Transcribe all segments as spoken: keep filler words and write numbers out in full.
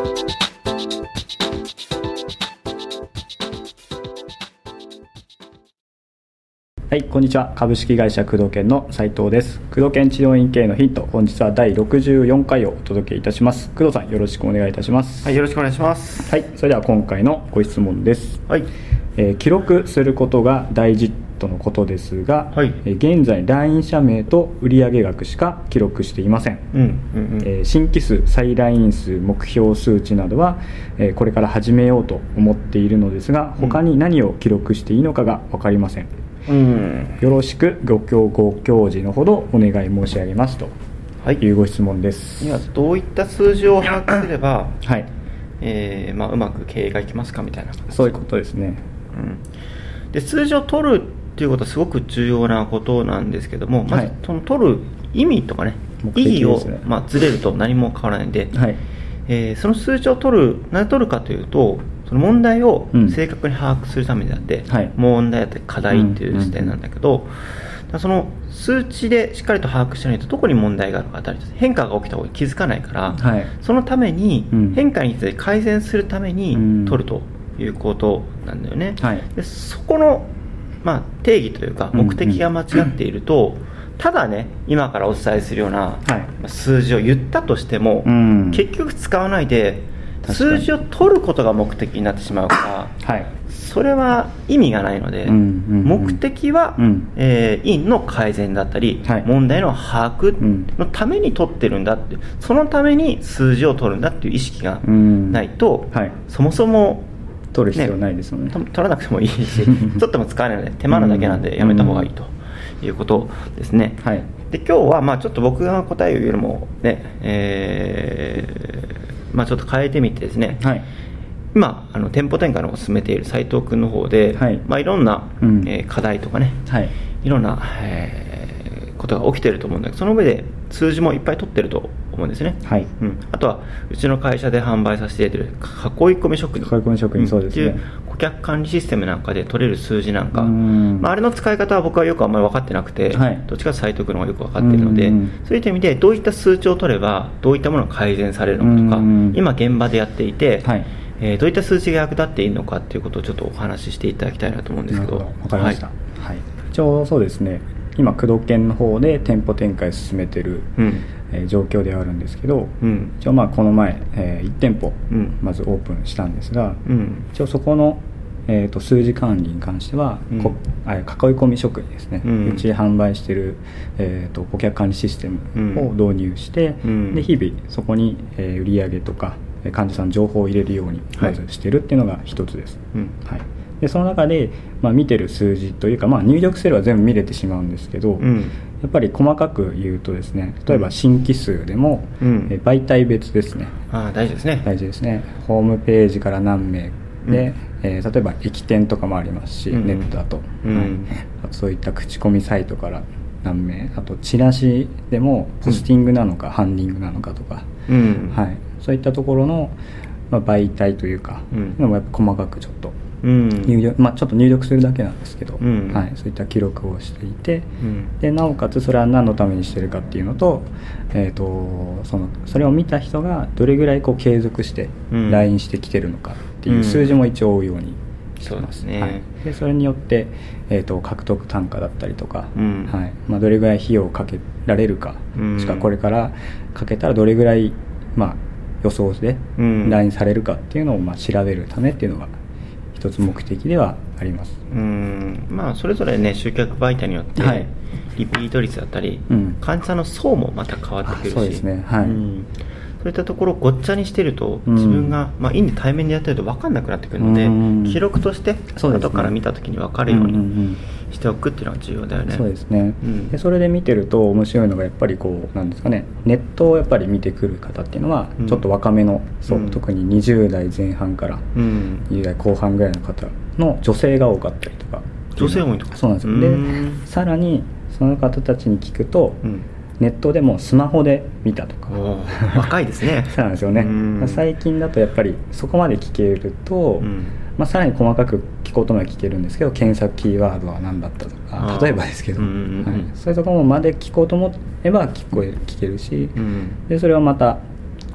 はい、こんにちは。株式会社工藤研の斉藤です。工藤研治療院経営のヒント、本日はだいろくじゅうよんかいをお届けいたします。工藤さん、よろしくお願いいたします。 はい、よろしくお願いします。 はい、それでは今回のご質問です。 はい、 えー、記録することが大事とのことですが、 はい、 えー、現在 ライン 社名と売上額しか記録していません。 うんうんうんえー、新規数、再来院数、目標数値などは、えー、これから始めようと思っているのですが、他に何を記録していいのかが分かりません。うん、よろしくご教ご教示のほどお願い申し上げますというご質問です。 今どういった数字を把握すれば、 はい、 えーまあ、うまく経営がいきますかみたいな。 そういうことですね。 うん、で数字を取るっていうことはすごく重要なことなんですけども、まずその取る意味とかね、はい、意義を、まあ、ずれると何も変わらないんで、はい、えー、その数字を取る、なぜ取るかというと、その問題を正確に把握するためであって、うん、はい、問題だったり課題っていう視点なんだけど、うんうん、その数値でしっかりと把握しないとどこに問題があるかあたり変化が起きた方が気づかないから、はい、そのために変化について改善するために取るということなんだよね、うん、はい、でそこの、まあ、定義というか目的が間違っていると、うんうん、ただね今からお伝えするような数字を言ったとしても、うん、結局使わないで数字を取ることが目的になってしまうから、はい、それは意味がないので、うんうんうん、目的は、うん、えー、院の改善だったり、はい、問題の把握のために取ってるんだって、そのために数字を取るんだっていう意識がないと、うん、はい、そもそも取る必要ないですよね。 取らなくてもいいし取っても使わないので手間なだけなんでやめた方がいいということですね、はい、で今日はまあちょっと僕が答えを言うよりもね、えーまあ、ちょっと変えてみてですね、はい、今あの店舗展開のを進めている斉藤君の方で、はい、まあ、いろんな、うん、えー、課題とかね、はい、いろんな、えー、ことが起きていると思うんだけど、その上で数字もいっぱい取ってると思うんですね、はい、うん、あとはうちの会社で販売させていただいている囲い込み職人、囲い込み職人、そうですね、っていう顧客管理システムなんかで取れる数字なんか、まあ、あれの使い方は僕はよくあんまり分かってなくて、はい、どっちかというと斉藤君の方がよく分かっているので、そういった意味でどういった数値を取ればどういったものが改善されるのかとか、今現場でやっていて、はい、えー、どういった数値が役立っているのかということをちょっとお話ししていただきたいなと思うんですけど。 分かりました、はいはい、一応そうですね、今工藤研の方で店舗展開を進めている、うん、えー、状況ではあるんですけど、うん、一応まあこの前、えー、いち店舗、うん、まずオープンしたんですが、うん、一応そこの、えー、と数字管理に関しては、うん、こあ囲い込み職人ですね、うん、うち販売している、えー、と顧客管理システムを導入して、うん、で日々そこに、えー、売上とか患者さんの情報を入れるようにまずしてるっていうのが一つです、はい、はい、でその中で、まあ、見てる数字というか、まあ、入力すれば全部見れてしまうんですけど、うん、やっぱり細かく言うとですね、例えば新規数でも、うん、え媒体別ですね、 あ、大事ですね、 大事ですね、ホームページから何名で、うん、えー、例えば駅店とかもありますし、うん、ネットだと、うん、はい、あとそういった口コミサイトから何名、あとチラシでもポスティングなのか、うん、ハンディングなのかとか、うん、はい、そういったところの、まあ、媒体というか、うん、のもやっぱ細かくちょっと入力、まあ、ちょっと入力するだけなんですけど、うん、はい、そういった記録をしていて、うん、でなおかつそれは何のためにしてるかっていうのと、えー、とそのそれを見た人がどれぐらいこう継続して ライン してきてるのかっていう数字も一応追うようにしてます、うん、そうですね、はい、でそれによって、えー、と獲得単価だったりとか、うん、はい、まあ、どれぐらい費用をかけられるか、うん、もしくはこれからかけたらどれぐらい、まあ、予想で ライン されるかっていうのをまあ調べるためっていうのが一つ目的ではあります。 うん、まあ、それぞれね集客媒体によって、はい、リピート率だったり、うん、患者さんの層もまた変わってくるし、 そうですね、はい、うん、 そういったところをごっちゃにしてると、うん、自分が、まあ、院で対面でやってると分かんなくなってくるので、うん、記録として後から見た時に分かるようにしておくっていうのが重要だよね。 そうですね、うん、でそれで見てると面白いのがやっぱりこうなんですかね、ネットをやっぱり見てくる方っていうのはちょっと若めの、うん、そう、うん、特ににじゅう代前半からにじゅう代後半ぐらいの方の女性が多かったりとか。 女性多いとか。 そうなんですよ。でさらにその方たちに聞くと、うん、ネットでもスマホで見たとか。 若いですね。 そうなんですよね。最近だとやっぱりそこまで聞けると、うん、まあ、さらに細かく聞こうとも聞けるんですけど、検索キーワードは何だったとか、例えばですけど、うんうんうん、はい、そういうところまで聞こうと思えば聞こえ聞けるし、うん、でそれをまた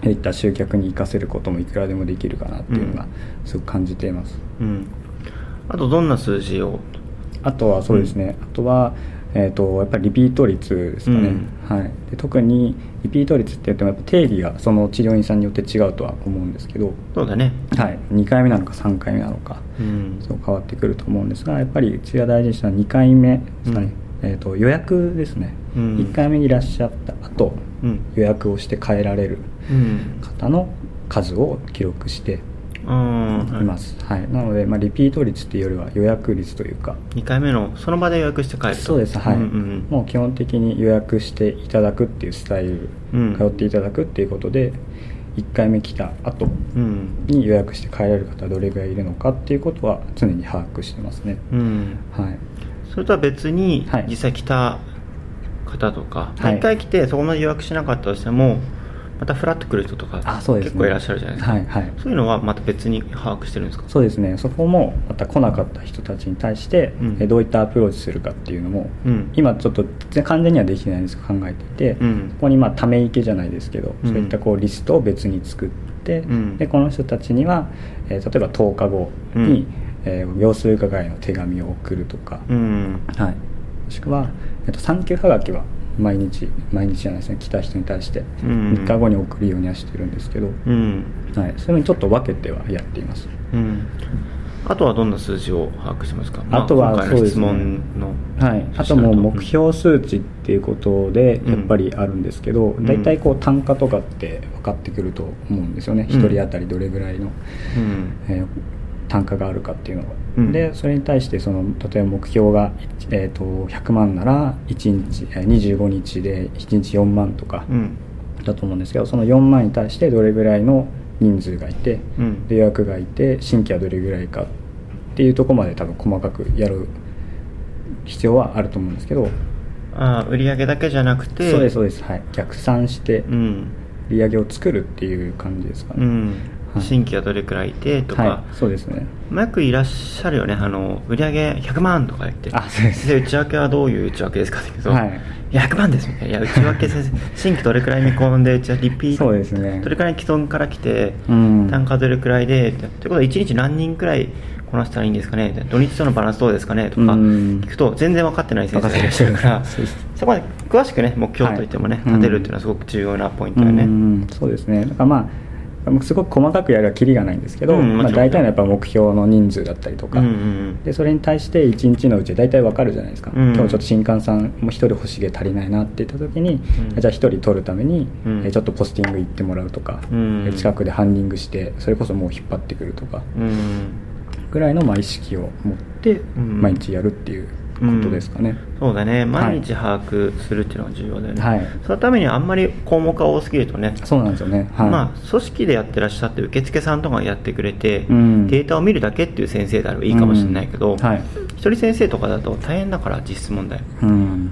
そういった集客に生かせることもいくらでもできるかなっていうのがすごく感じています、 うんうん、あとどんな数字を？ あとはそうですね、うん、あとは、えー、とやっぱりリピート率ですかね、うん、はい、で特にリピート率って言ってもやっぱ定義がその治療院さんによって違うとは思うんですけど、 そうだね、 はい、にかいめなのかさんかいめなのか、うん、そう変わってくると思うんですが、やっぱりうちが大事にしたのはにかいめですかね、うん、えー、と予約ですね、うん、いっかいめにいらっしゃった後、うん、予約をして帰られる方の数を記録しています、はい、なので、まあ、リピート率っていうよりは予約率というか、 にかいめのその場で予約して帰ると。 そうです、はい、うんうん、もう基本的に予約していただくっていうスタイル、うん、通っていただくっていうことでいっかいめ来た後に予約して帰れる方はどれぐらいいるのかっていうことは常に把握してますね、うん、はい、 それとは別に実際来た方とか、はい、いっかい来てそこまで予約しなかったとしてもまたフラッと来る人とか結構いらっしゃるじゃないですか。はいはい、そういうのはまた別に把握してるんですか？ そうですね、そこもまた来なかった人たちに対して、うん、どういったアプローチするかっていうのも、うん、今ちょっと完全にはできてないんですが考えていて、うん、そこにまあため池じゃないですけど、うん、そういったこうリストを別に作って、うん、でこの人たちには、えー、例えばとおかごに、うん、えー、様子伺いの手紙を送るとか、うん、はい、もしくは、えー、とサンキューはがきは毎日毎日じゃないですね、来た人に対してみっかごに送るようにはしてるんですけど、うん、はい、そういうふうにちょっと分けてはやっています、うん、 あとはどんな数字を把握しますか？ あとは、 まあ、今回の質問の、 はい、あともう目標数値っていうことでやっぱりあるんですけど、うん、だいたいこう単価とかって分かってくると思うんですよね、うん、ひとり当たりどれぐらいの、うん、えー単価があるかっていうのが、うん、でそれに対してその例えば目標が、えー、とひゃくまんならいちにちにじゅうごにちでいちにちよんまんとかだと思うんですけど、そのよんまんに対してどれぐらいの人数がいて、うん、で予約がいて新規はどれぐらいかっていうところまで多分細かくやる必要はあると思うんですけど、 あ売上だけじゃなくて、 そうですそうです、はい、逆算して売上を作るっていう感じですかね、うん、 新規はどれくらいいてとか、 はい、そうですね、 よくいらっしゃるよね、あの売上ひゃくまんとか言って、 あそうです、 で内訳はどういう内訳ですかって言うと、はい、ひゃくまんですみたいな、いや内訳先生新規どれくらい見込んで、うちはリピート、 そうですね、 どれくらい既存から来て、うん、単価どれくらいでってことはいちにち何人くらいこなしたらいいんですかね、土日とのバランスどうですかねとか聞くと全然分かってない先生がいらっしゃるから、そこまで詳しくね目標といってもね、はい、立てるっていうのはすごく重要なポイントだよね、うん、 そうですね、だからまあすごく細かくやればキリがないんですけど、うん、まあ、大体のやっぱ目標の人数だったりとか、うんうん、でそれに対していちにちのうちで大体分かるじゃないですか、うん、今日ちょっと新刊さんもひとり欲しげ足りないなって言った時に、うん、じゃあひとり取るために、うん、ちょっとポスティング行ってもらうとか、うん、近くでハンディングしてそれこそもう引っ張ってくるとか、うん、ぐらいのまあ意識を持って毎日やるっていうことですかね、 うん、そうだね、毎日把握するっていうのが重要だよね、はい、そのためにあんまり項目が多すぎるとね、 そうなんですよね、はい、 まあ、組織でやってらっしゃって受付さんとかがやってくれて、うん、データを見るだけっていう先生であればいいかもしれないけど、うん、はい、一人先生とかだと大変だから実質問題、うん、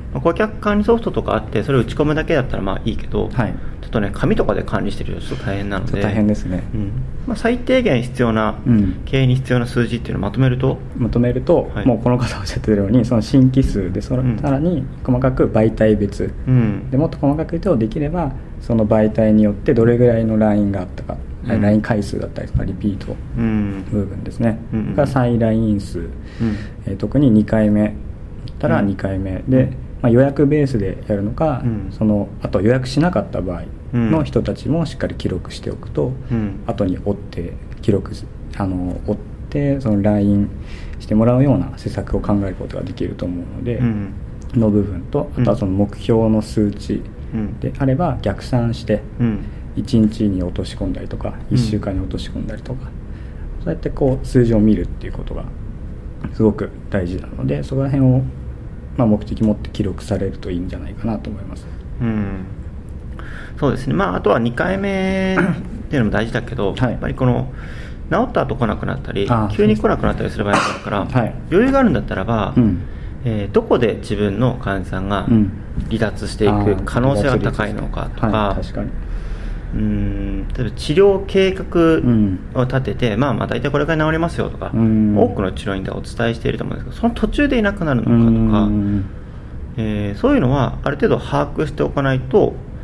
まあ、顧客管理ソフトとかあってそれを打ち込むだけだったらまあいいけど、はい、ちょっとね紙とかで管理してるとちょっと大変なので、 大変ですね、 うん、まあ、最低限必要な、うん、経営に必要な数字っていうのをまとめるとまとめると、はい、もうこの方おっしゃってるようにその新規数でそのさらに細かく媒体別、うん、でもっと細かく言うとできればその媒体によってどれぐらいの ライン があったか、うん、ライン 回数だったりとかリピート部分ですね、うん、が再来院数、うん、えー、特ににかいめだったらにかいめで、うん、まあ、予約ベースでやるのか、うん、そのあと予約しなかった場合の人たちもしっかり記録しておくと、うん、後に追って記録あの追ってその ライン してもらうような施策を考えることができると思うので、うん、の部分とあとはその目標の数値であれば逆算していちにちに落とし込んだりとかいっしゅうかんに落とし込んだりとか、そうやってこう数字を見るっていうことがすごく大事なので、そこら辺をまあ目的持って記録されるといいんじゃないかなと思います。 うん、そうですね、まあ、あとはにかいめっていうのも大事だけど、はい、やっぱりこの治った後来なくなったり急に来なくなったりする場合があるから、はい、余裕があるんだったらば、うん、えー、どこで自分の患者さんが離脱していく可能性が高いのかとか、はい、確かに、うーん、例えば治療計画を立てて、うん、まあまあ大体これから治りますよとか、うん、多くの治療院でお伝えしていると思うんですけど、その途中でいなくなるのかとか、うん、えー、そういうのはある程度把握しておかないと、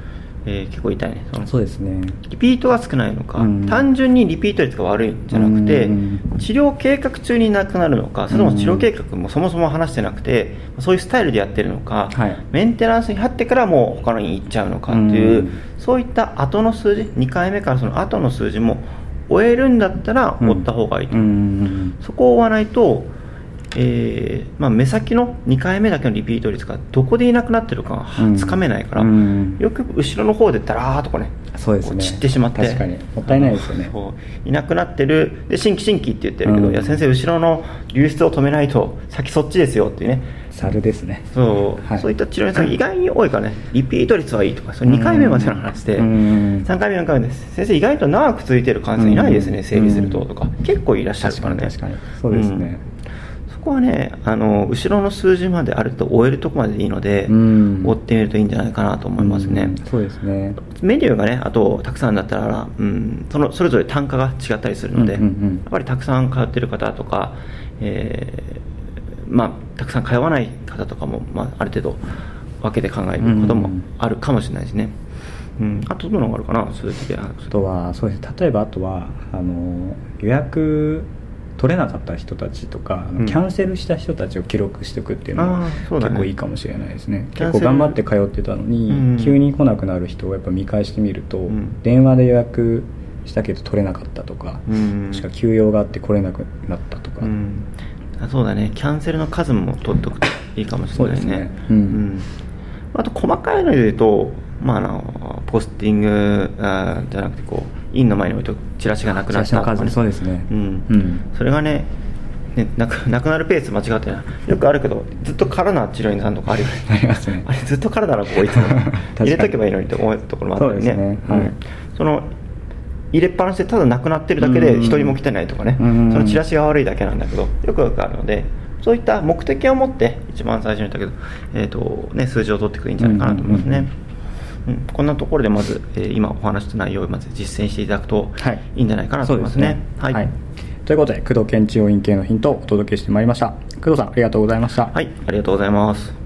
えー、結構痛いね。そのそうですね。 リピートが少ないのか、うん、単純にリピート率が悪いんじゃなくて、うん、治療計画中になくなるのか、それとも治療計画もそもそも話してなくて、うん、そういうスタイルでやってるのか、はい、メンテナンスに入ってからもう他のに行っちゃうのかっていう、うん、そういった後の数字、にかいめからその後の数字も終えるんだったら追った方がいいと、うん、そこを追わないと、えーまあ、目先のにかいめだけのリピート率がどこでいなくなってるかがつかめないから、うん、よく後ろの方でダラーっとこうね、 そうですね、 散ってしまって、 確かにもったいないですよね。 いなくなってるで、新規新規って言ってるけど、うん、いや先生後ろの流出を止めないと先そっちですよっていうね、 猿ですね。 そう、はい、そういった治療に意外に多いからね、リピート率はいいとか、それにかいめまでの話で、うん、さんかいめよんかいめです、先生意外と長く続いてる患者さんいないですね、うん、整理するととか結構いらっしゃるからね。 確かに確かにそうですね、 うん、そこはね、あの後ろの数字まであると終えるとこまででいいので、うん、追ってみるといいんじゃないかなと思いますね、うん、 そうですね。 メニューがね、あとたくさんだったら、うん、そのそれぞれ単価が違ったりするので、うんうんうん、やっぱりたくさん通ってる方とか、えーまあ、たくさん通わない方とかも、まあ、ある程度分けて考えることもあるかもしれないですね、うんうん、あとどういうのがあるかな、数字で。あとはそうです、例えばあとはあの予約取れなかった人たちとか、うん、キャンセルした人たちを記録しておくっていうのは、ね、結構いいかもしれないですね。結構頑張って通ってたのに、うん、急に来なくなる人をやっぱ見返してみると、うん、電話で予約したけど取れなかったとか、うん、もしくは休養があって来れなくなったとか、うん、 そうだね、キャンセルの数も取っておくといいかもしれないね。そうですね、うんうん、あと細かいので言うと、まあ、あのポスティングあじゃなくてこう院の前に置いとチラシがなくなったとか、ね、 そうですね、うんうん、それが ね, ねなくなくなるペース間違ってないよくあるけど、ずっと空な治療院さんとかあるよね。 ありますね。 あれずっと空ならここいつも入れとけばいいのにと思うところもあったりね。そうですね、はい、うん、その入れっぱなしでただなくなってるだけで一人も来てないとかね、うんうん、そのチラシが悪いだけなんだけど、よくよくあるので、そういった目的を持って一番最初に言ったけど、えーとね、数字を取っていくといいんじゃないかなと思いますね、うんうんうん、こんなところでまず、えー、今お話した内容をまず実践していただくといいんじゃないかなと思いますね。はい、はい、 ということで工藤健治療院系のヒントをお届けしてまいりました。工藤さんありがとうございました。 はい、ありがとうございます。